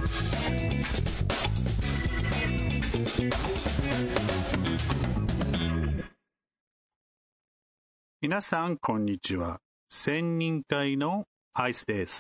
皆さんこんにちは。千人会のアイスです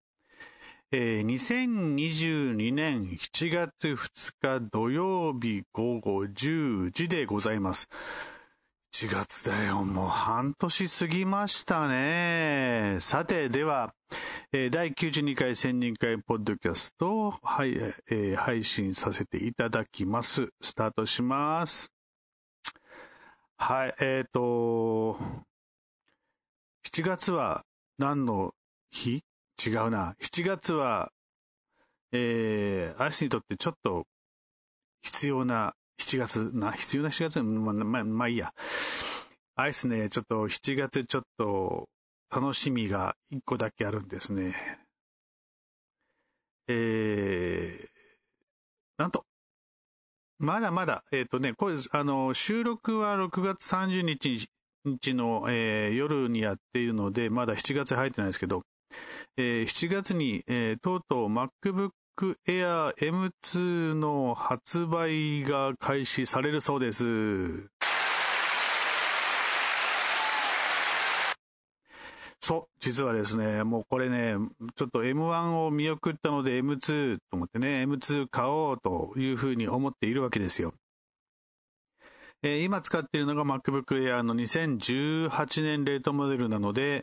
。2022年7月2日土曜日午後10時でございます。1月だよ、もう半年過ぎましたね。さて、では、第92回千人会ポッドキャストを、配信させていただきます。スタートします。はい、7月は何の日？違うな。7月は、アイスにとってちょっと必要な7月、必要な7月、まあいいや。アイスね、ちょっと7月ちょっと楽しみが1個だけあるんですね。なんと、まだまだ、これ、収録は6月30日の、夜にやっているので、まだ7月入ってないですけど、7月に、とうとう MacBook Air M2 の発売が開始されるそうです。そう、実はですね、もうこれね、ちょっと M1 を見送ったので M2 と思ってね、M2 買おうというふうに思っているわけですよ。今使っているのが MacBook Air の2018年レートモデルなので、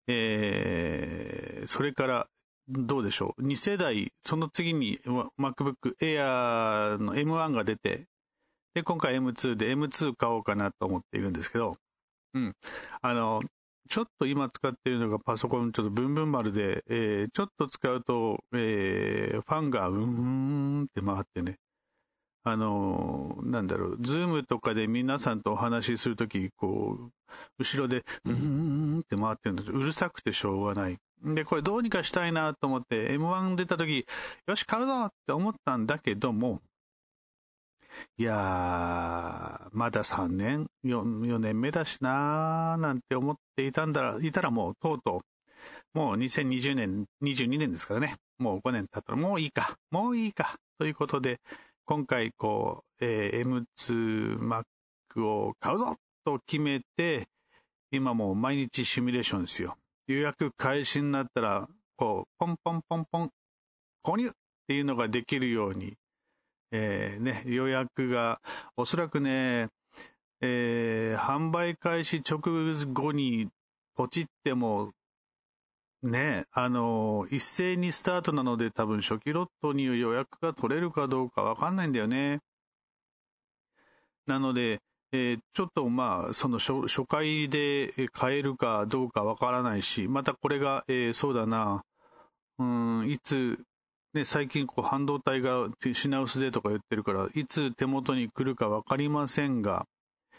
それからどうでしょう。2世代、その次に MacBook Air の M1 が出て、で、今回 M2 で M2 買おうかなと思っているんですけど、うん。ちょっと今使っているのがパソコン、ちょっとブンブン丸で、ちょっと使うと、ファンがうーんって回ってね、なんだろう、ズームとかで皆さんとお話しするとき、こう、後ろで、うーんって回ってるんです。うるさくてしょうがない。で、これどうにかしたいなと思って、M1 出たとき、よし、買うぞって思ったんだけども、いやー、まだ3年、4年目だしなーなんて思っていたらもうとうとう、もう2020年、22年ですからね。もう5年経ったらもういいか、ということで、今回こう、M2Mac を買うぞと決めて、今もう毎日シミュレーションですよ。予約開始になったら、こう、ポンポンポンポン、購入っていうのができるように、予約が、おそらくね、販売開始直後にポチっても、ね、一斉にスタートなので多分初期ロットに予約が取れるかどうかわかんないんだよね。なので、ちょっとまあ、その初回で買えるかどうかわからないし、またこれが、そうだな、いつ、ね、最近こう半導体が品薄でとか言ってるから、いつ手元に来るかわかりませんが、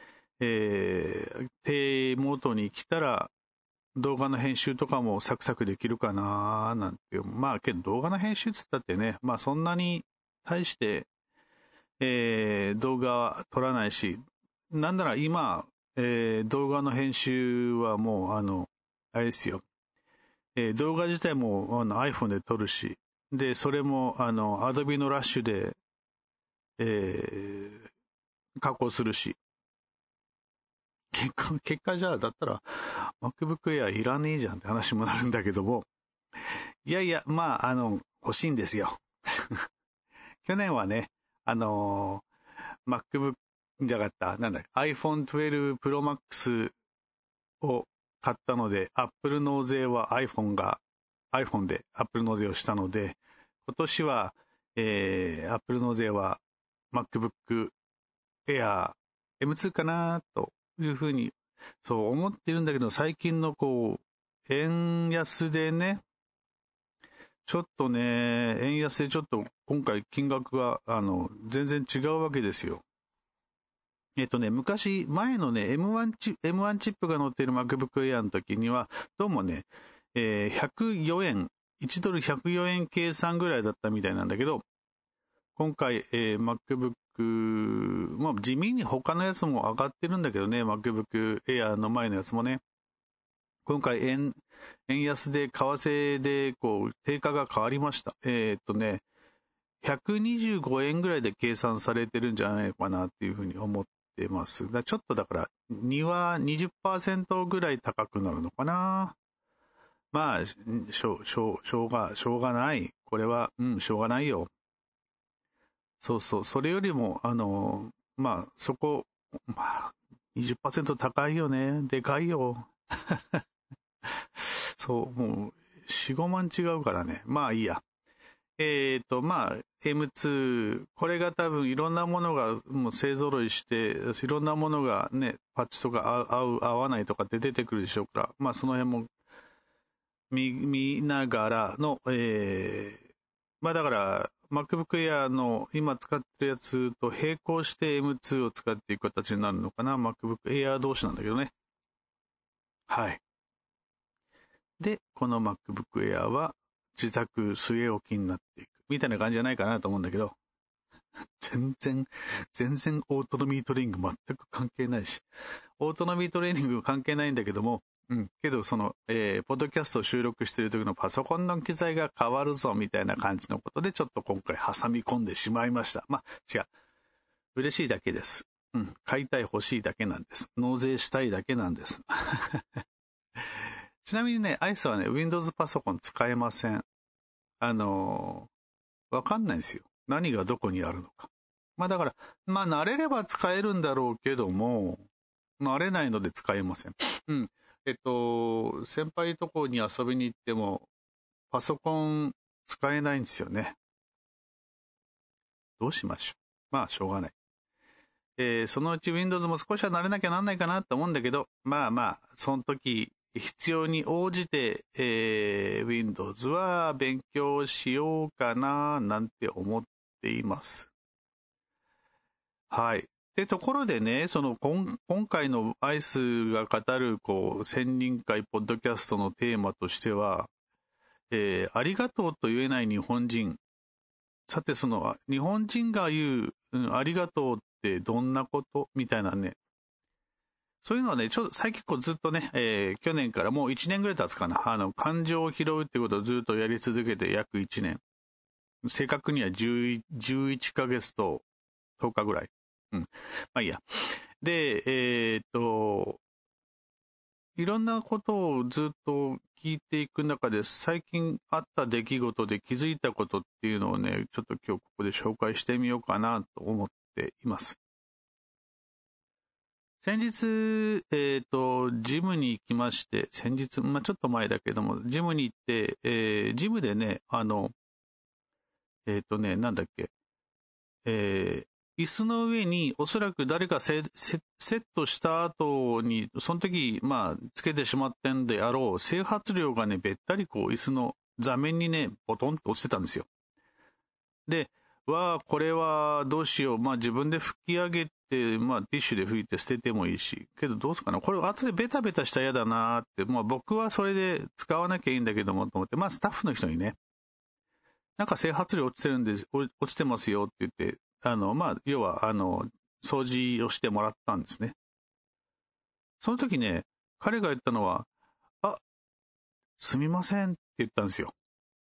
手元に来たら動画の編集とかもサクサクできるかななんていう。まあけど動画の編集っつったってね、まあそんなに対して、動画は撮らないし、なんなら今、動画の編集はもうあれですよ。動画自体もiPhone で撮るし、で、それもAdobe のラッシュで、加工するし、結果じゃあだったら MacBook Air いらねえじゃんって話もなるんだけども、いやいや、まあ欲しいんですよ。去年はね、MacBook じゃなかった、なんだ、iPhone 12 Pro Max を買ったので、Apple 納税は iPhone で Apple 納税をしたので、今年は、Apple 納税は MacBook Air M2 かなというふうにそう思ってるんだけど、最近のこう円安でね、ちょっとね、円安でちょっと今回金額が全然違うわけですよ。昔、前のね、M1 チップが載っている MacBook Air の時には、どうもね、104円、1ドル104円計算ぐらいだったみたいなんだけど、今回、MacBook、まあ地味に他のやつも上がってるんだけどね、MacBook Air の前のやつもね、今回円安で為替でこう定価が変わりました。 125円ぐらいで計算されてるんじゃないかなっていうふうに思ってます。ちょっとだから2は 20% ぐらい高くなるのかな。まあ、しょうがない。これは、しょうがないよ。そうそう。それよりも、まあ、そこ、まあ、20% 高いよね。でかいよ。そう、もう、4、5万違うからね。まあいいや。まあ、M2、これが多分いろんなものがもう勢揃いして、いろんなものがね、パッチとか合わないとかって出てくるでしょうから、まあその辺も見ながらの、まあだから、MacBook Air の今使ってるやつと並行して M2 を使っていく形になるのかな。MacBook Air 同士なんだけどね。はい。で、この MacBook Air は自宅据え置きになっていく。みたいな感じじゃないかなと思うんだけど。全然オートノミートレーニング全く関係ないし。オートノミートレーニング関係ないんだけども、けどその、ポッドキャストを収録している時のパソコンの機材が変わるぞみたいな感じのことでちょっと今回挟み込んでしまいました。まあ、違う。嬉しいだけです。買いたい欲しいだけなんです。納税したいだけなんです。ちなみにね、アイスはね、Windows パソコン使えません。わかんないんですよ。何がどこにあるのか。まあだから、まあ慣れれば使えるんだろうけども、慣れないので使えません。先輩とこに遊びに行っても、パソコン使えないんですよね。どうしましょう。まあ、しょうがない。そのうち Windows も少しは慣れなきゃなんないかなと思うんだけど、まあまあ、その時、必要に応じて、Windows は勉強しようかな、なんて思っています。はい。で、ところでね、その今回のアイスが語る、千人会ポッドキャストのテーマとしては、ありがとうと言えない日本人。さて、その、日本人が言う、ありがとうってどんなことみたいなね。そういうのはね、ちょっと最近ずっとね、去年からもう1年ぐらい経つかな。感情を拾うってことをずっとやり続けて約1年。正確には11ヶ月と10日ぐらい。まあいいや。で、いろんなことをずっと聞いていく中で、最近あった出来事で気づいたことっていうのをね、ちょっと今日ここで紹介してみようかなと思っています。先日、ジムに行きまして、先日、ちょっと前だけども、ジムに行って、ジムでね、なんだっけ、椅子の上におそらく誰かセットした後に、その時、つけてしまってんであろう、整髪料がね、べったり椅子の座面にね、ポトンと落ちてたんですよ。で、これはどうしよう。自分で拭き上げて、ティッシュで拭いて捨ててもいいし。けどどうすかな。これ後でベタベタしたら嫌だなーって。僕はそれで使わなきゃいいんだけどもと思って、スタッフの人にね、なんか整髪料落ちてるんで、落ちてますよって言って、要は、掃除をしてもらったんですね。その時ね、彼が言ったのは、すみませんって言ったんですよ。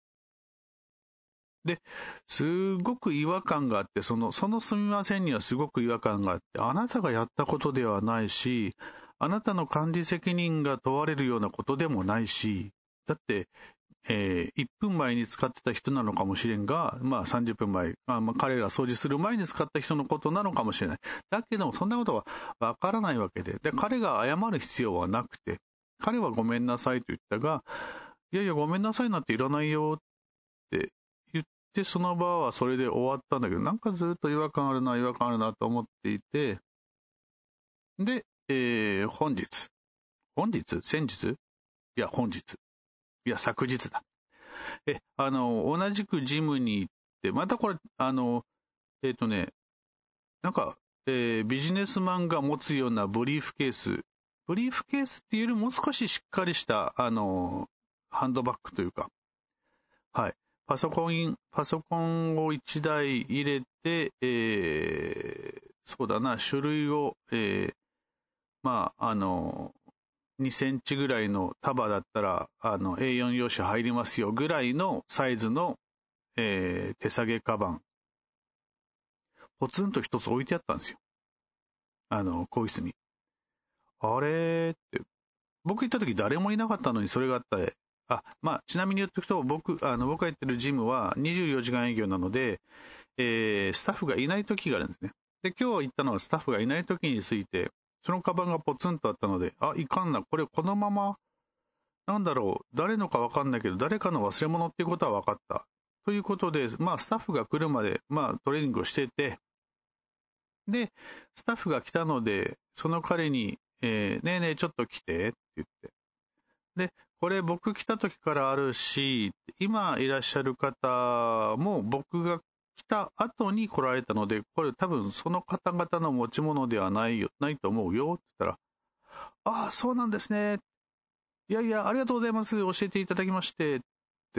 で、すごく違和感があって、そのすみませんにはすごく違和感があって、あなたがやったことではないし、あなたの管理責任が問われるようなことでもないし、だって、1分前に使ってた人なのかもしれんが、30分前、彼が掃除する前に使った人のことなのかもしれない。だけども、そんなことはわからないわけで、彼が謝る必要はなくて、彼はごめんなさいと言ったが、いやいや、ごめんなさいなんていらないよって言って、その場はそれで終わったんだけど、なんかずっと違和感あるなと思っていて、で、昨日だ。同じくジムに行って、またこれ、ビジネスマンが持つようなブリーフケースっていうよりも少ししっかりした、ハンドバッグというか、はい。パソコンを1台入れて、そうだな、種類を、2センチぐらいの束だったら、A4 用紙入りますよぐらいのサイズの、手提げカバンポツンと一つ置いてあったんですよ。更衣室に。あれって、僕行った時誰もいなかったのにそれがあったで。ちなみに言っておくと、僕が行ってるジムは24時間営業なので、スタッフがいない時があるんですね。で、今日行ったのはスタッフがいない時について、そのカバンがポツンとあったので、いかんな、これこのまま、誰のかわかんないけど、誰かの忘れ物っていうことは分かった。ということで、スタッフが来るまで、トレーニングをしてて、で、スタッフが来たので、その彼に、ねえねえ、ちょっと来て、って言って。で、これ僕来た時からあるし、今いらっしゃる方も僕が来た後に来られたので、これ多分その方々の持ち物ではないと思うよ、って言ったら、そうなんですね。いやいや、ありがとうございます。教えていただきまして。って、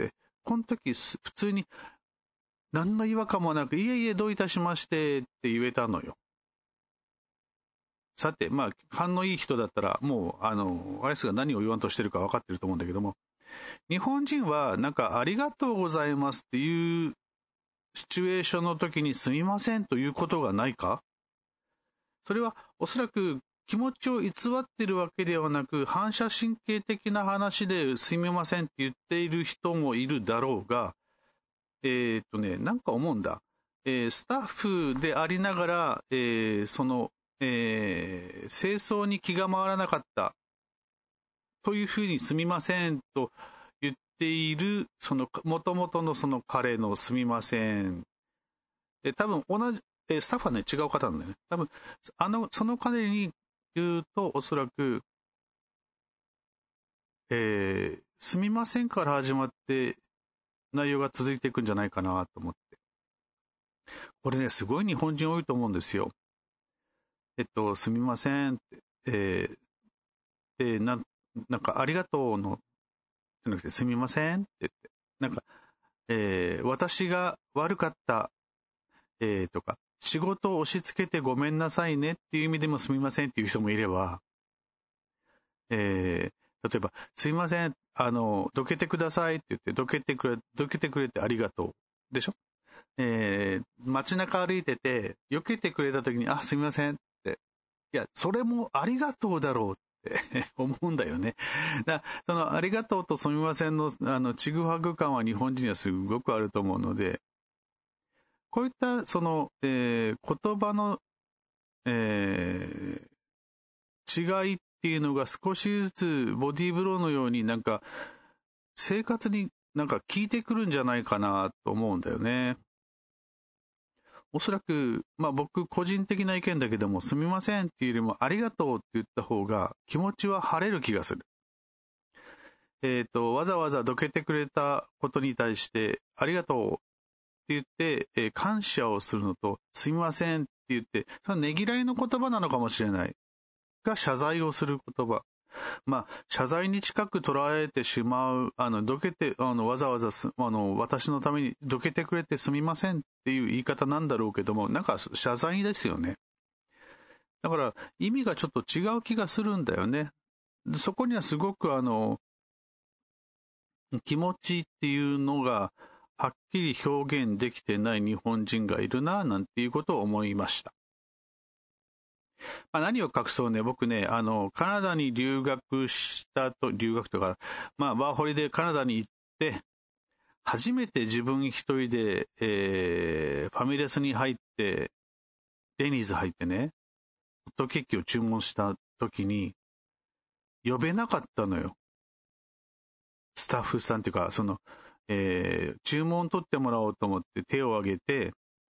この時、普通に、何の違和感もなく、いえいえ、どういたしまして、って言えたのよ。さて、勘のいい人だったら、もう、あれですが何を言わんとしてるか分かってると思うんだけども、日本人は、ありがとうございますっていうシチュエーションの時にすみませんということがないか？それは、おそらく、気持ちを偽っているわけではなく、反射神経的な話ですみませんって言っている人もいるだろうが、なんか思うんだ。スタッフでありながら、清掃に気が回らなかったというふうにすみませんと言っている、元々のその彼のすみません。多分同じ、スタッフはね、違う方なんだよね。多分、その彼に言うと、おそらく、すみませんから始まって内容が続いていくんじゃないかなと思って。これね、すごい日本人多いと思うんですよ。すみませんって、なんかありがとうの、じゃなくてすみませんって言って、私が悪かった、とか、仕事を押し付けてごめんなさいねっていう意味でもすみませんっていう人もいれば、例えば、すいません、どけてくださいって言って、どけてくれてありがとう。でしょ？街中歩いてて、避けてくれた時に、すみませんって。いや、それもありがとうだろうって思うんだよね。そのありがとうとすみませんの、ちぐはぐ感は日本人にはすごくあると思うので、こういった、言葉の、違いっていうのが少しずつボディーブローのように生活に効いてくるんじゃないかなと思うんだよね。おそらく、僕個人的な意見だけども、すみませんっていうよりもありがとうって言った方が気持ちは晴れる気がする。わざわざどけてくれたことに対してありがとうって言って、感謝をするのと、すみませんって言って、そのねぎらいの言葉なのかもしれない。が謝罪をする言葉。謝罪に近く捉えてしまう、どけて、わざわざ私のためにどけてくれてすみませんっていう言い方なんだろうけども、謝罪ですよね。だから、意味がちょっと違う気がするんだよね。そこにはすごく気持ちっていうのが、はっきり表現できてない日本人がいるな、なんていうことを思いました。何を隠そうね、僕ね、カナダに留学とか、ワーホリでカナダに行って、初めて自分一人で、ファミレスに入って、デニーズ入ってね、ホットケーキを注文した時に、呼べなかったのよ。スタッフさんっていうか、注文取ってもらおうと思って手を挙げて、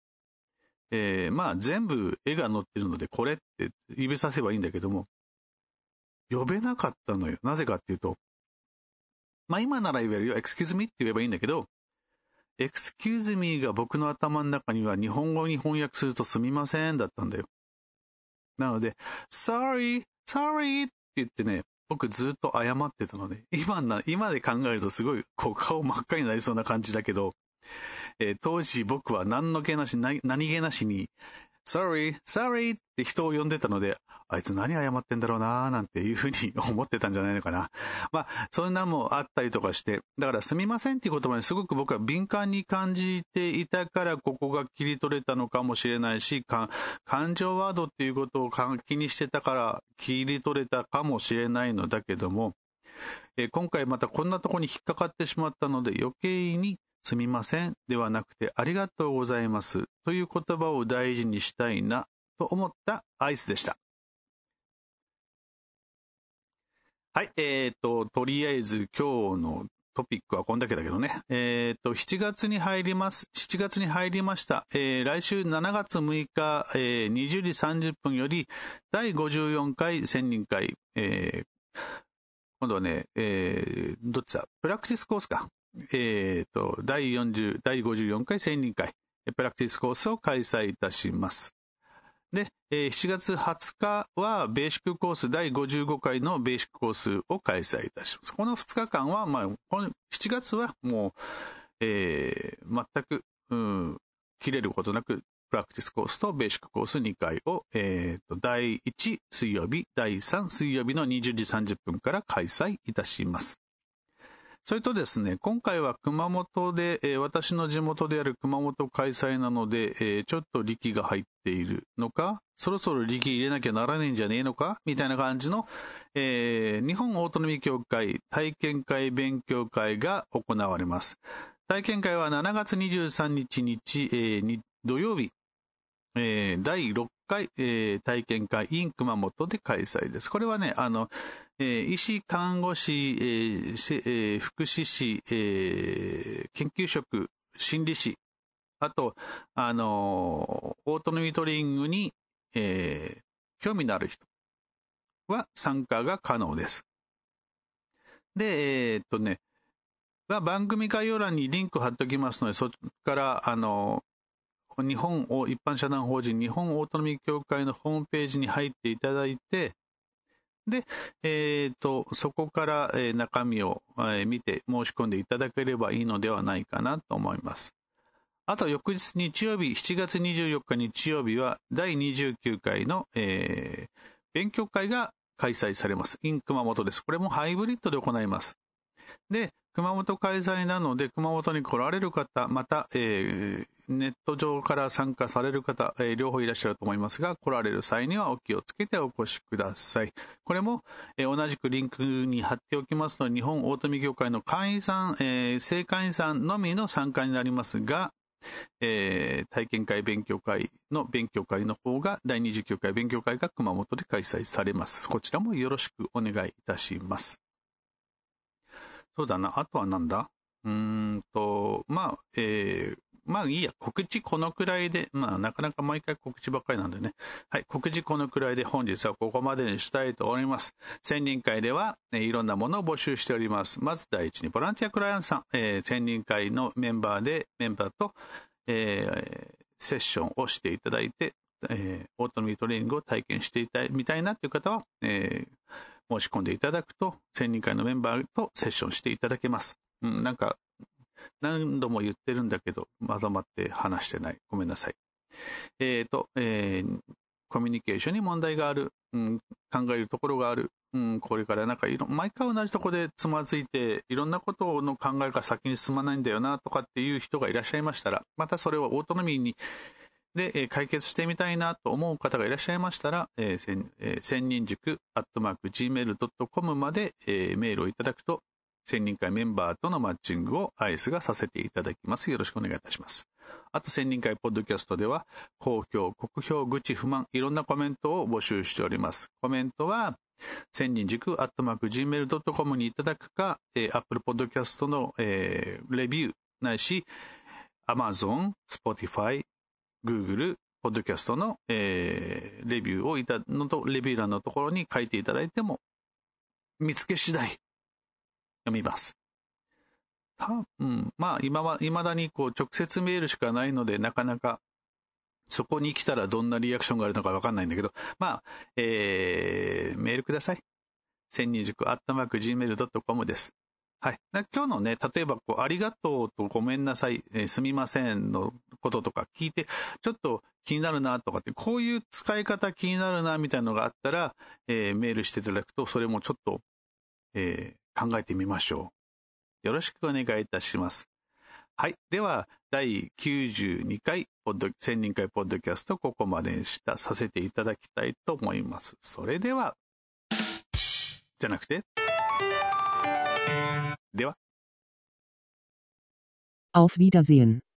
全部絵が載ってるのでこれって指させばいいんだけども、呼べなかったのよ。なぜかっていうと、今なら言えるよ、excuse me って言えばいいんだけど、excuse me が僕の頭の中には日本語に翻訳するとすみませんだったんだよ。なので、sorry って言ってね、僕ずっと謝ってたので、今で考えるとすごい顔真っ赤になりそうな感じだけど、当時僕は何気なしに sorry, sorry って人を呼んでたので、あいつ何謝ってんだろうなーなんていうふうに思ってたんじゃないのかな。まあ、そんなもあったりとかして、だからすみませんっていう言葉にすごく僕は敏感に感じていたからここが切り取れたのかもしれないし、感情ワードっていうことを気にしてたから切り取れたかもしれないのだけども、今回またこんなところに引っかかってしまったので余計にすみませんではなくてありがとうございますという言葉を大事にしたいなと思ったアイスでした。はい、とりあえず今日のトピックはこんだけだけどね。7月に入りました。来週7月6日、20時30分より第54回専任会、今度はね、どっちだ？プラクティスコースか。第54回専任会、プラクティスコースを開催いたします。で、7月20日はベーシックコース第55回のベーシックコースを開催いたします。この2日間は、この7月はもう、全く、切れることなく、プラクティスコースとベーシックコース2回を、第1水曜日、第3水曜日の20時30分から開催いたします。それとですね、今回は熊本で、私の地元である熊本開催なので、ちょっと力が入っているのか、そろそろ力入れなきゃならないんじゃねえのかみたいな感じの、日本オートノミー協会体験会勉強会が行われます。体験会は7月23日、土曜日、第6回、体験会 in 熊本で開催です。これはね、医師、看護師、福祉士、研究職、心理士、あと、オートノミートレーニングに、興味のある人は参加が可能です。で、番組概要欄にリンク貼っておきますので、そこから、日本一般社団法人日本オートノミー協会のホームページに入っていただいて、で、そこから、中身を、見て申し込んでいただければいいのではないかなと思います。あと翌日日曜日、7月24日日曜日は第29回の、勉強会が開催されます。in 熊本です。これもハイブリッドで行います。で、熊本開催なので、熊本に来られる方、また、ネット上から参加される方、両方いらっしゃると思いますが、来られる際にはお気をつけてお越しください。これも、同じくリンクに貼っておきますので、日本オートノミー協会の会員さん、正会員さんのみの参加になりますが、体験会勉強会の方が、第29回勉強会が熊本で開催されます。こちらもよろしくお願いいたします。そうだな。あとはなんだ？まあいいや。告知このくらいで、なかなか毎回告知ばっかりなんでね。はい。告知このくらいで本日はここまでにしたいと思います。専任会では、いろんなものを募集しております。まず第一に、ボランティアクライアントさん、専任会のメンバーと、セッションをしていただいて、オートノミートレーニングを体験してみたいなという方は、申し込んでいただくと、専任会のメンバーとセッションしていただけます。なんか、何度も言ってるんだけど、まとまって話してない。ごめんなさい。コミュニケーションに問題がある、考えるところがある、これからなんか毎回同じところでつまずいて、いろんなことの考えが先に進まないんだよな、とかっていう人がいらっしゃいましたら、またそれをオートノミーで解決してみたいなと思う方がいらっしゃいましたら、専任塾@gmail.com まで、メールをいただくと、専任会メンバーとのマッチングをアイスがさせていただきます。よろしくお願いいたします。あと、専任会ポッドキャストでは、好評、酷評、愚痴、不満、いろんなコメントを募集しております。コメントは、専任塾@gmail.com にいただくか、Apple Podcast の、レビューないし、Amazon、Spotify、Google、ポッドキャストの、レビューをレビュー欄のところに書いていただいても、見つけ次第、読みます。未だに直接メールしかないので、なかなか、そこに来たらどんなリアクションがあるのかわかんないんだけど、メールください。専任塾@gmail.com です。はい。今日のね、例えばありがとうとごめんなさい、すみませんのこととか聞いて、ちょっと気になるなとかって、こういう使い方気になるなみたいなのがあったら、メールしていただくと、それもちょっと、考えてみましょう。よろしくお願いいたします。はい。では、第92回、1000人会ポッドキャスト、ここまでにさせていただきたいと思います。それでは、じゃなくて、では。 Auf Wiedersehen.